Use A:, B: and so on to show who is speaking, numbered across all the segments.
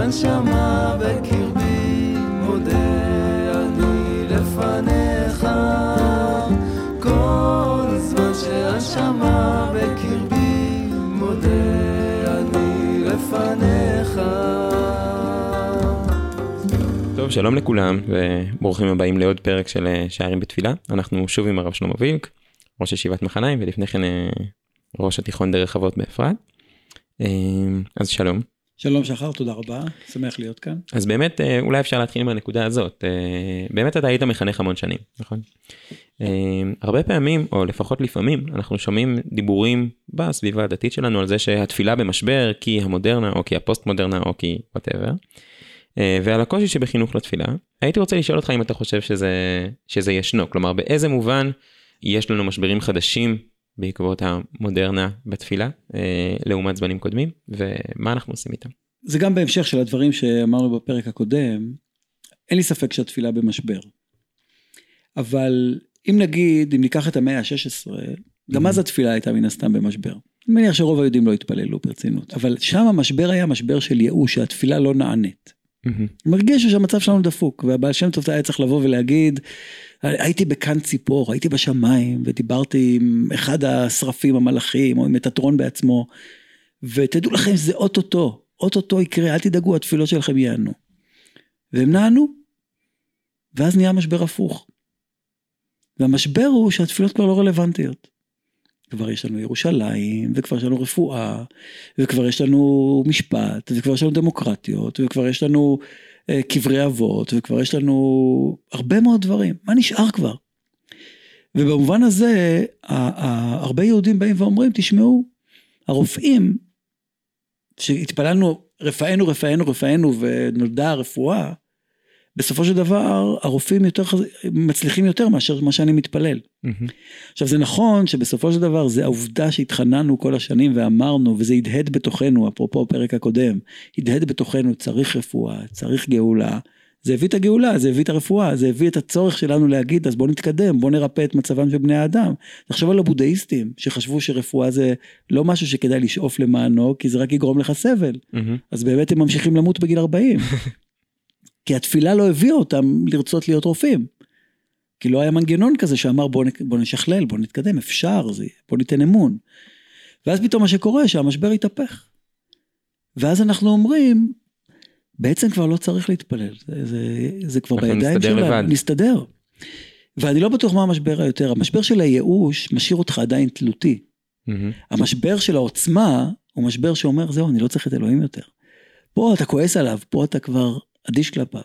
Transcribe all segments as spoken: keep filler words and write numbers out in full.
A: שהנשמה בקרבי מודה אני לפניך כל זמן שהנשמה בקרבי מודה אני לפניך.
B: טוב, שלום לכולם וברוכים הבאים לעוד פרק של שערים בתפילה. אנחנו שוב עם הרב שלמה וילק, ראש ישיבת מחניים, ולפני כן ראש התיכון דרך אבות באפרת. אז שלום.
C: שלום שחר, תודה רבה, שמח להיות כאן.
B: אז באמת אולי אפשר להתחיל מהנקודה הזאת. באמת אתה היית מחנך המון שנים, נכון? הרבה פעמים, או לפחות לפעמים, אנחנו שומעים דיבורים בסביבה הדתית שלנו על זה שהתפילה במשבר כי המודרנה או כי הפוסט מודרנה או כי whatever. ועל הקושי שבחינוך לתפילה. הייתי רוצה לשאול אותך אם אתה חושב שזה, שזה ישנו, כלומר באיזה מובן יש לנו משברים חדשים בעקבות המודרנה בתפילה, לעומת זמנים קודמים, ומה אנחנו עושים איתם?
C: זה גם בהמשך של הדברים שאמרנו בפרק הקודם, אין לי ספק שהתפילה במשבר. אבל אם נגיד, אם ניקח את המאה ה-שש עשרה, גם אז התפילה הייתה מן הסתם במשבר. אני מניח שרוב היהודים לא התפללו ברצינות, אבל שם המשבר היה משבר של ייאוש, שהתפילה לא נענית. מרגיש שהמצב שלנו דפוק, והבעל שם טוב היה צריך לבוא ולהגיד, הייתי בכאן ציפור, הייתי בשמיים, ודיברתי עם אחד השרפים המלאכים, או עם מטטרון בעצמו, ותדעו לכם, זה אוטוטו, אוטוטו יקרה, אל תדאגו, התפילות שלכם יענו. והם נענו, ואז נהיה משבר הפוך. והמשבר הוא שהתפילות כבר לא רלוונטיות. כבר יש לנו ירושלים, וכבר יש לנו רפואה, וכבר יש לנו משפט, וכבר יש לנו דמוקרטיות, וכבר יש לנו אה, קברי אבות, וכבר יש לנו הרבה מאוד דברים. מה נשאר כבר? ובמובן הזה, הרבה יהודים באים ואומרים, תשמעו, הרופאים, שהתפללנו, רפאנו, רפאנו, רפאנו, ונולדה הרפואה, בסופו של דבר, הרופאים יותר מצליחים יותר מאשר מה שאני מתפלל. Mm-hmm. עכשיו, זה נכון שבסופו של דבר, זה העובדה שהתחננו כל השנים ואמרנו, וזה ידהד בתוכנו, אפרופו הפרק הקודם, ידהד בתוכנו, צריך רפואה, צריך גאולה, זה הביא את הגאולה, זה הביא את הרפואה, זה הביא את הצורך שלנו להגיד, אז בוא נתקדם, בוא נרפא את מצבם של בני האדם. תחשוב על הבודהיסטים, שחשבו שרפואה זה לא משהו שכדאי לשאוף למענו, כי זה רק יגרום לך סבל. Mm-hmm. אז באמת הם ממשיכים למות בגיל ארבעים. כי התפילה לא הביאה אותם לרצות להיות רופאים. כי לא היה מנגנון כזה שאמר בוא, בוא נשכלל, בוא נתקדם, אפשר, זה, בוא ניתן אמון. ואז פתאום מה שקורה שהמשבר יתהפך. ואז אנחנו אומרים, בעצם כבר לא צריך להתפלל. זה, זה, זה כבר בידיים שלנו. נסתדר. ואני לא בטוח מה המשבר היותר. המשבר של הייאוש משאיר אותך עדיין תלותי. Mm-hmm. המשבר של העוצמה הוא משבר שאומר, זהו, אני לא צריך את אלוהים יותר. פה אתה כועס עליו, פה אתה כבר אדיש כלפיו.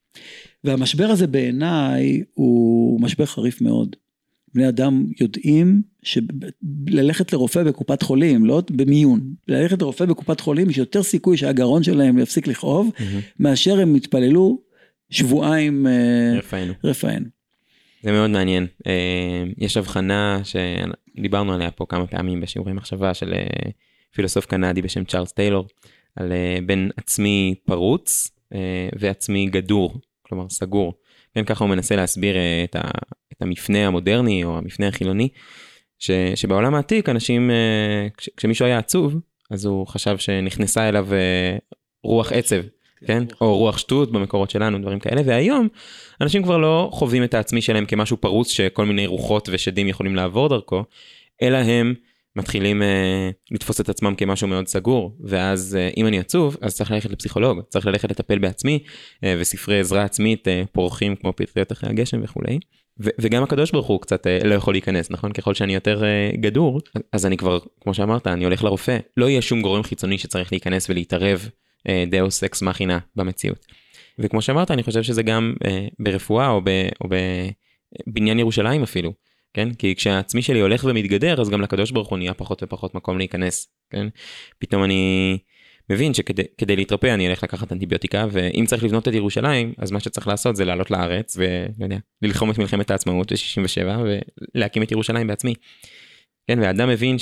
C: והמשבר הזה בעיניי הוא משבר חריף מאוד. בני אדם יודעים שללכת לרופא בקופת חולים, לא במיון, ללכת לרופא בקופת חולים, יש יותר סיכוי שהגרון שלהם יפסיק לכאוב, mm-hmm. מאשר הם מתפללו שבועיים
B: רפאנו.
C: רפאנו.
B: זה מאוד מעניין. יש הבחנה שדיברנו עליה פה כמה פעמים בשיעורי מחשבה של פילוסוף קנדי בשם צ'ארלס טיילור, על בין עצמי פרוץ, ועצמי גדור, כלומר סגור. כן, ככה הוא מנסה להסביר את, ה, את המפנה המודרני או המפנה החילוני, ש, שבעולם העתיק אנשים, כש, כשמישהו היה עצוב, אז הוא חשב שנכנסה אליו רוח עצב, כן? או רוח שטות במקורות שלנו, דברים כאלה, והיום אנשים כבר לא חווים את העצמי שלהם כמשהו פרוץ שכל מיני רוחות ושדים יכולים לעבור דרכו, אלא הם מתחילים uh, לתפוס את עצמם כמשהו מאוד סגור, ואז uh, אם אני עצוב, אז צריך ללכת לפסיכולוג, צריך ללכת לטפל בעצמי, uh, וספרי עזרה עצמית uh, פורחים כמו פטריות אחרי הגשם וכולי, ו- וגם הקדוש ברוך הוא קצת uh, לא יכול להיכנס, נכון? ככל שאני יותר uh, גדור, אז אני כבר, כמו שאמרת, אני הולך לרופא, לא יהיה שום גורם חיצוני שצריך להיכנס ולהתערב uh, דאוס אקס מכינה במציאות. וכמו שאמרת, אני חושב שזה גם uh, ברפואה או, ב- או בבניין ירושלים אפילו, כן? כי כשהעצמי שלי הולך ומתגדר, אז גם לקדוש ברוך הוא נהיה פחות ופחות מקום להיכנס, כן? פתאום אני מבין שכדי כדי להתרפא אני אלך לקחת אנטיביוטיקה, ואם צריך לבנות את ירושלים, אז מה שצריך לעשות זה לעלות לארץ, ולא יודע, ללחום את מלחמת העצמאות ב-שישים ושבע, ולהקים את ירושלים בעצמי. כן? והאדם מבין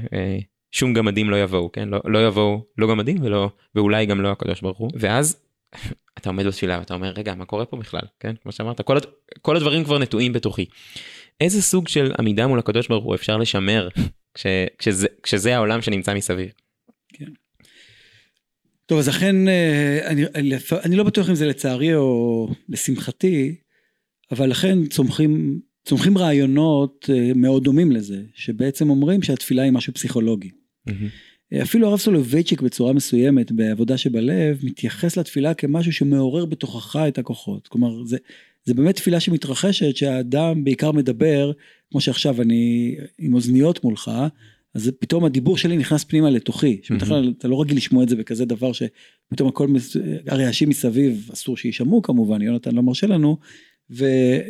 B: ששום גמדים לא יבואו, כן? לא, לא יבואו, לא גמדים, ולא, ואולי גם לא הקדוש ברוך הוא. ואז אתה עומד בתפילה, ואתה אומר, רגע, מה קורה פה בכלל? כן? כמו שאמרת, כל, כל הדברים כבר נטועים בתוכי. איזה סוג של עמידה מול הקדוש ברוך הוא אפשר לשמר כש, כשזה, כשזה העולם שנמצא מסביב?
C: כן. טוב, אז אכן, אני, אני לא בטוח אם זה לצערי או לשמחתי, אבל לכן צומחים, צומחים רעיונות מאוד דומים לזה, שבעצם אומרים שהתפילה היא משהו פסיכולוגי. Mm-hmm. אפילו הרב סולובייצ'יק בצורה מסוימת, בעבודה שבלב, מתייחס לתפילה כמשהו שמעורר בתוכך את הכוחות. כלומר, זה, זה באמת תפילה שמתרחשת, שהאדם בעיקר מדבר, כמו שעכשיו אני עם אוזניות מולך, אז פתאום הדיבור שלי נכנס פנימה לתוכי, שבתכלל אתה לא רגיל לשמוע את זה בכזה דבר שפתאום הכל, הרעשים מסביב אסור שישמעו כמובן, יונתן לא מרשה לנו, ו,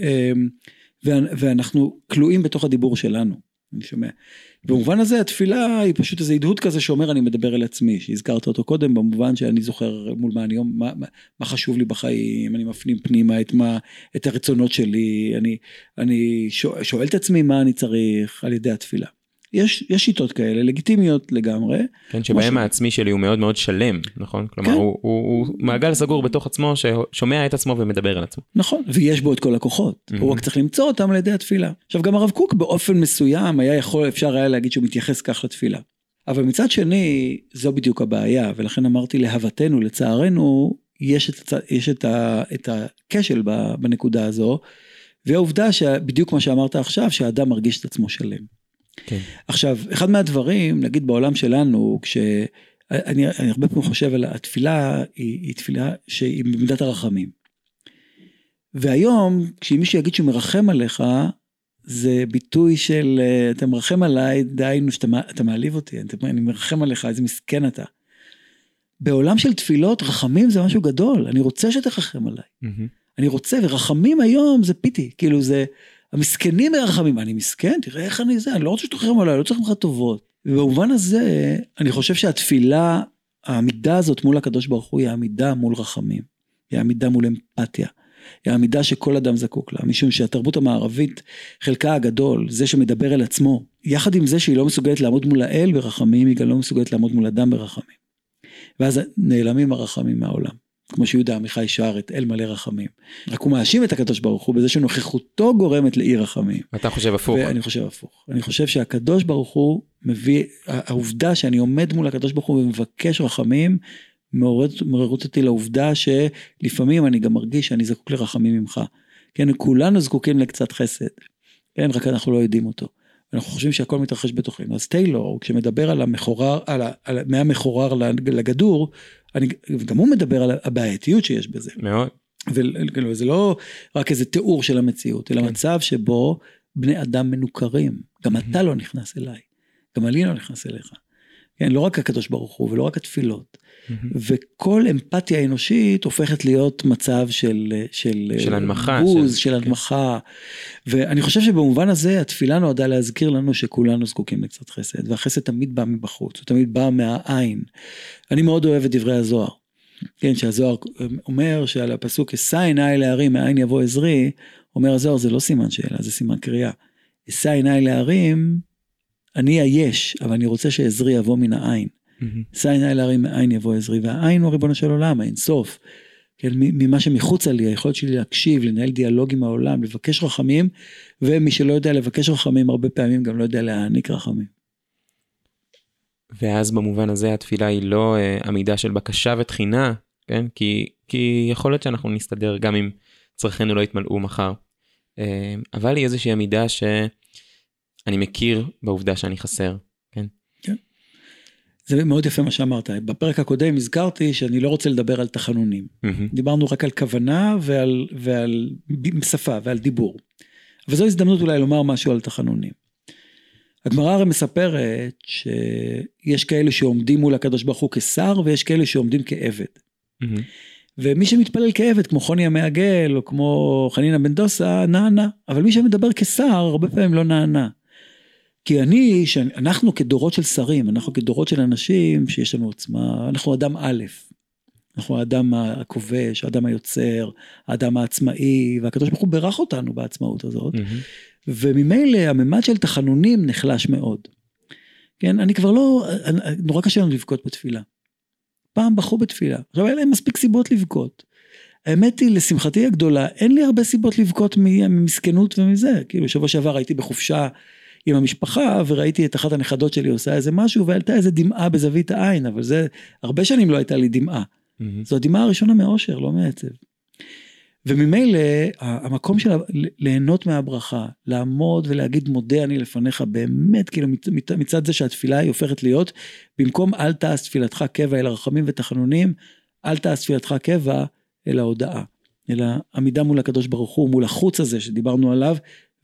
C: ואנחנו כלואים בתוך הדיבור שלנו, אני שומע. במובן הזה התפילה היא פשוט איזו הדהוד כזה שאומר אני מדבר אל עצמי, שהזכרת אותו קודם במובן שאני זוכר מול מה אני, מה, מה חשוב לי בחיים, אני מפנים פנימה את מה, את הרצונות שלי, אני, אני שואל את עצמי מה אני צריך על ידי התפילה. יש, יש שיטות כאלה, לגיטימיות לגמרי.
B: כן, שבהם העצמי שלי הוא מאוד מאוד שלם, נכון? כלומר, כן. הוא, הוא, הוא מעגל סגור בתוך עצמו, ששומע את עצמו ומדבר על עצמו.
C: נכון, ויש בו את כל הכוחות. Mm-hmm. הוא רק צריך למצוא אותם על ידי התפילה. עכשיו, גם הרב קוק באופן מסוים, היה יכול, אפשר היה להגיד שהוא מתייחס כך לתפילה. אבל מצד שני, זו בדיוק הבעיה, ולכן אמרתי להבתנו, לצערנו, יש את, יש את, ה, את הכשל בנקודה הזו, והעובדה שבדיוק מה שאמרת עכשיו, שהאדם מרגיש את עצמו שלם. כן. עכשיו, אחד מהדברים, נגיד בעולם שלנו, כשאני אני הרבה פעמים חושב על התפילה, היא, היא תפילה שהיא במידת הרחמים. והיום, כשמישהו יגיד שהוא מרחם עליך, זה ביטוי של, אתה מרחם עליי, דיינו שאתה אתה מעליב אותי, אני מרחם עליך, איזה מסכן אתה. בעולם של תפילות, רחמים זה משהו גדול, אני רוצה שתרחם עליי. Mm-hmm. אני רוצה, ורחמים היום זה פיתי, כאילו זה... המסכנים מרחמים, אני מסכן, תראה איך אני זה, אני לא רוצה שתוכרם עליי, לא צריך לך טובות. ובמובן הזה, אני חושב שהתפילה, העמידה הזאת מול הקדוש ברוך הוא, היא העמידה מול רחמים, היא העמידה מול אמפתיה, היא העמידה שכל אדם זקוק לה, משום שהתרבות המערבית, חלקה הגדול, זה שמדבר אל עצמו, יחד עם זה שהיא לא מסוגלת לעמוד מול האל ברחמים, היא גם לא מסוגלת לעמוד מול אדם ברחמים. ואז נעלמים הרחמים מהעולם. כמו שיהודה עמיחי שר את אל מלא רחמים. רק הוא מאשים את הקדוש ברוך הוא בזה שנוכחותו גורמת לאי רחמים.
B: אתה חושב הפוך.
C: ואני חושב הפוך. אני חושב שהקדוש ברוך הוא מביא, העובדה שאני עומד מול הקדוש ברוך הוא ומבקש רחמים, מעוררת אותי לעובדה שלפעמים אני גם מרגיש שאני זקוק לרחמים ממך. כן, כולנו זקוקים לקצת חסד. כן, רק אנחנו לא יודעים אותו. אנחנו חושבים שהכל מתרחש בתוכנו. אז טיילור, כשמדבר על המחורר, על, על, מהמחורר לגדור, אני, גם הוא מדבר על הבעייתיות שיש בזה.
B: מאוד.
C: וזה לא רק איזה תיאור של המציאות, אלא כן. מצב שבו בני אדם מנוכרים. גם אתה לא נכנס אליי. גם אני לא נכנס אליך. כן, לא רק הקדוש ברוך הוא, ולא רק התפילות. וכל אמפתיה אנושית הופכת להיות מצב של, של,
B: של הנמכה,
C: בוז, של, של הנמכה. ואני חושב שבמובן הזה, התפילה נועדה להזכיר לנו שכולנו זקוקים לקצת חסד, והחסד תמיד בא מבחוץ, הוא תמיד בא מהעין. אני מאוד אוהב את דברי הזוהר. כן, שהזוהר אומר שעל הפסוק, אשא עיניי להרים, מאין יבוא עזרי, אומר הזוהר, זה לא סימן שאלה, זה סימן קריאה. אשא עיניי להרים, אני היש, אבל אני רוצה שעזרי יבוא מן העין. אשא עיניי להרים מאין יבוא עזרי, והעין הוא ריבונו של עולם, האין סוף, כן, ממה שמחוץ עלי, היכולת שלי להקשיב, לנהל דיאלוג עם העולם, לבקש רחמים, ומי שלא יודע לבקש רחמים, הרבה פעמים גם לא יודע להעניק רחמים.
B: ואז במובן הזה התפילה היא לא uh, עמידה של בקשה ותחינה, כן? כי, כי יכול להיות שאנחנו נסתדר גם אם צרכינו לא יתמלאו מחר, uh, אבל היא איזושהי עמידה שאני מכיר בעובדה שאני חסר, כן?
C: כן. זה מאוד יפה מה שאמרת. בפרק הקודם הזכרתי שאני לא רוצה לדבר על תחנונים. Mm-hmm. דיברנו רק על כוונה ועל, ועל שפה ועל דיבור. אבל זו הזדמנות אולי לומר משהו על תחנונים. הגמרא הרי מספרת שיש כאלה שעומדים מול הקדוש ברוך הוא כשר, ויש כאלה שעומדים כעבד. Mm-hmm. ומי שמתפלל כעבד, כמו חוני המעגל, או כמו חנינה בן דוסה, נענה. אבל מי שמדבר כשר, הרבה פעמים לא נענה. כי אני, אנחנו כדורות של שרים, אנחנו כדורות של אנשים שיש לנו עוצמה, אנחנו אדם א', אנחנו האדם הכובש, האדם היוצר, האדם העצמאי, והקדוש ברוך הוא בירך אותנו בעצמאות הזאת, mm-hmm. וממילא הממד של תחנונים נחלש מאוד. כן, אני כבר לא, נורא קשה לנו לבכות בתפילה. פעם בחו בתפילה, עכשיו היה להם מספיק סיבות לבכות. האמת היא, לשמחתי הגדולה, אין לי הרבה סיבות לבכות ממסכנות ומזה, כאילו שבוע שעבר הייתי בחופשה, עם המשפחה, וראיתי את אחת הנכדות שלי עושה איזה משהו, ועלתה איזה דמעה בזווית העין, אבל זה, הרבה שנים לא הייתה לי דמעה. Mm-hmm. זו הדמעה הראשונה מאושר, לא מעצב. וממילא, המקום של ליהנות מהברכה, לעמוד ולהגיד מודה אני לפניך, באמת, כאילו מצד זה שהתפילה היא הופכת להיות, במקום אל תעש תפילתך קבע אל הרחמים ותחנונים, אל תעש תפילתך קבע אל ההודעה, אלא עמידה מול הקדוש ברוך הוא, מול החוץ הזה שדיברנו עליו,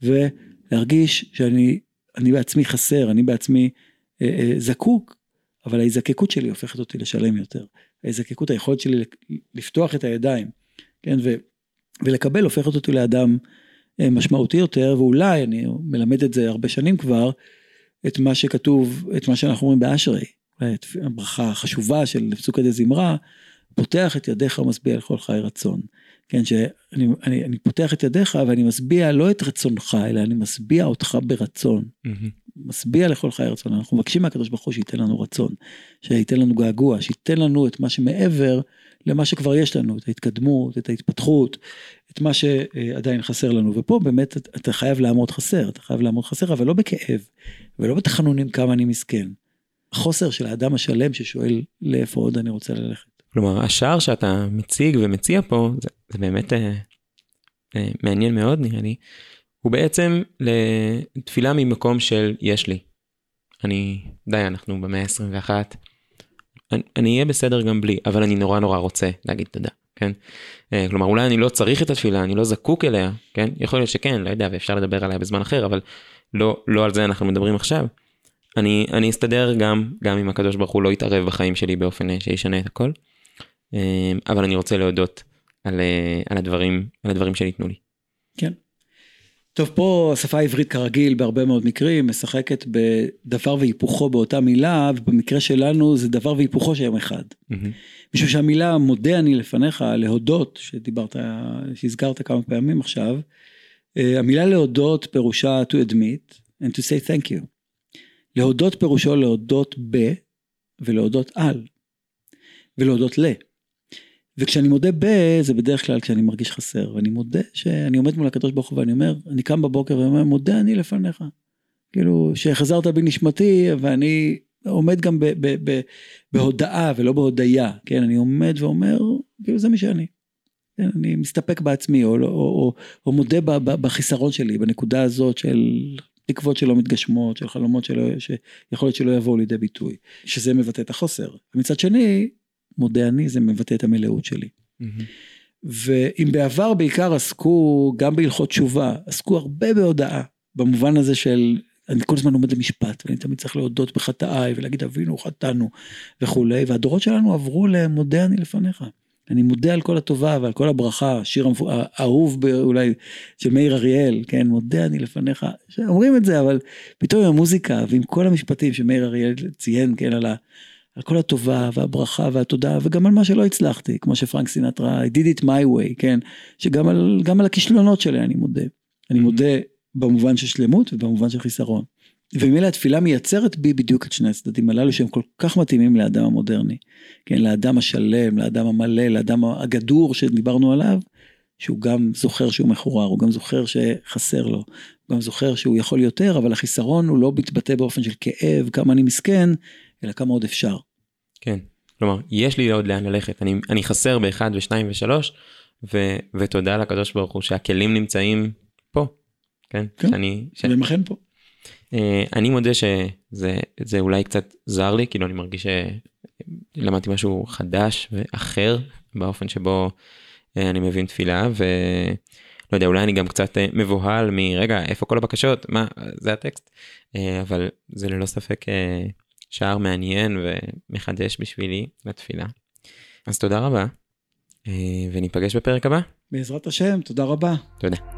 C: ולהרגיש שאני אני בעצמי חסר, אני בעצמי אה, אה, זקוק, אבל ההזקקות שלי הופכת אותי לשלם יותר. ההזקקות, היכולת שלי לפתוח את הידיים, כן, ו, ולקבל הופכת אותי לאדם אה, משמעותי יותר, ואולי, אני מלמד את זה הרבה שנים כבר, את מה שכתוב, את מה שאנחנו אומרים באשרי, את הברכה החשובה של פסוקי דה זמרה, פותח את ידיך ומשביע לכל חי רצון. כן, שאני אני, אני פותח את ידיך ואני משביע לא את רצונך, אלא אני משביע אותך ברצון. Mm-hmm. משביע לכל חי רצון. אנחנו מבקשים מהקדוש ברוך הוא שייתן לנו רצון, שייתן לנו געגוע, שייתן לנו את מה שמעבר למה שכבר יש לנו, את ההתקדמות, את ההתפתחות, את מה שעדיין חסר לנו. ופה באמת אתה חייב לעמוד חסר, אתה חייב לעמוד חסר, אבל לא בכאב, ולא בתחנונים כמה אני מסכן. החוסר של האדם השלם ששואל לאיפה עוד אני רוצה ללכת.
B: כלומר, השער שאתה מציג ומציע פה, זה, זה באמת אה, אה, מעניין מאוד נראה לי, הוא בעצם לתפילה ממקום של יש לי. אני, די, אנחנו במאה ה-עשרים ואחת, אני, אני אהיה בסדר גם בלי, אבל אני נורא נורא רוצה להגיד תודה, כן? אה, כלומר, אולי אני לא צריך את התפילה, אני לא זקוק אליה, כן? יכול להיות שכן, לא יודע, ואפשר לדבר עליה בזמן אחר, אבל לא, לא על זה אנחנו מדברים עכשיו. אני, אני אסתדר גם, גם אם הקדוש ברוך הוא לא יתערב בחיים שלי באופן שישנה את הכל. אבל אני רוצה להודות על, על הדברים, על הדברים שניתנו לי.
C: כן. טוב, פה השפה העברית כרגיל בהרבה מאוד מקרים משחקת בדבר והיפוכו באותה מילה, ובמקרה שלנו זה דבר והיפוכו שהם אחד. Mm-hmm. משום שהמילה מודה אני לפניך, להודות, שדיברת, שהזכרת כמה פעמים עכשיו, המילה להודות פירושה to admit and to say thank you. להודות פירושו להודות ב ולהודות על ולהודות ל. וכשאני מודה ב, זה בדרך כלל כשאני מרגיש חסר, ואני מודה שאני עומד מול הקדוש ברוך הוא, ואני אומר, אני קם בבוקר ואומר, מודה אני לפניך. כאילו, שחזרת בי נשמתי, ואני עומד גם ב, ב, ב, בהודעה ולא בהודעה, כן, אני עומד ואומר, כאילו זה מי שאני. כן, אני מסתפק בעצמי, או, או, או, או מודה ב, ב, בחיסרון שלי, בנקודה הזאת של תקוות שלא מתגשמות, של חלומות שלא, שיכול להיות שלא יבואו לידי ביטוי, שזה מבטא את החוסר. ומצד שני, מודה אני, זה מבטא את המלאות שלי. Mm-hmm. ואם בעבר בעיקר עסקו, גם בהלכות תשובה, עסקו הרבה בהודעה, במובן הזה של, אני כל הזמן עומד למשפט, ואני תמיד צריך להודות בחטאיי, ולהגיד אבינו, חטאנו, וכו'. והדורות שלנו עברו למודה אני לפניך. אני מודה על כל הטובה ועל כל הברכה, שיר האהוב אולי של מאיר אריאל, כן, מודה אני לפניך, אומרים את זה, אבל פתאום עם המוזיקה, ועם כל המשפטים שמאיר אריאל ציין, כן, על ה... על כל הטובה והברכה והתודה, וגם על מה שלא הצלחתי, כמו שפרנק סינטרה, I did it my way, כן, שגם על, גם על הכישלונות שלי אני מודה. אני מודה במובן של שלמות ובמובן של חיסרון. ומילא התפילה מייצרת בי בדיוק את שני הצדדים הללו, שהם כל כך מתאימים לאדם המודרני, כן, לאדם השלם, לאדם המלא, לאדם הגדור שדיברנו עליו, שהוא גם זוכר שהוא מחורר, הוא גם זוכר שחסר לו, הוא גם זוכר שהוא יכול יותר, אבל החיסרון הוא לא מתבטא באופן של כאב, כמה אני מסכן, אלא כמה עוד אפשר.
B: כן, כלומר, יש לי עוד לאן ללכת, אני, אני חסר באחד ושניים ושלוש, ו, ותודה לקדוש ברוך הוא שהכלים נמצאים פה, כן?
C: כן,
B: שאני, ש...
C: והם אכן פה.
B: אני מודה שזה זה אולי קצת זר לי, כאילו אני מרגיש שלמדתי משהו חדש ואחר, באופן שבו אני מבין תפילה, ולא יודע, אולי אני גם קצת מבוהל מרגע, איפה כל הבקשות, מה, זה הטקסט, אבל זה ללא ספק שער מעניין ומחדש בשבילי לתפילה. אז תודה רבה, וניפגש בפרק הבא.
C: בעזרת השם, תודה רבה.
B: תודה.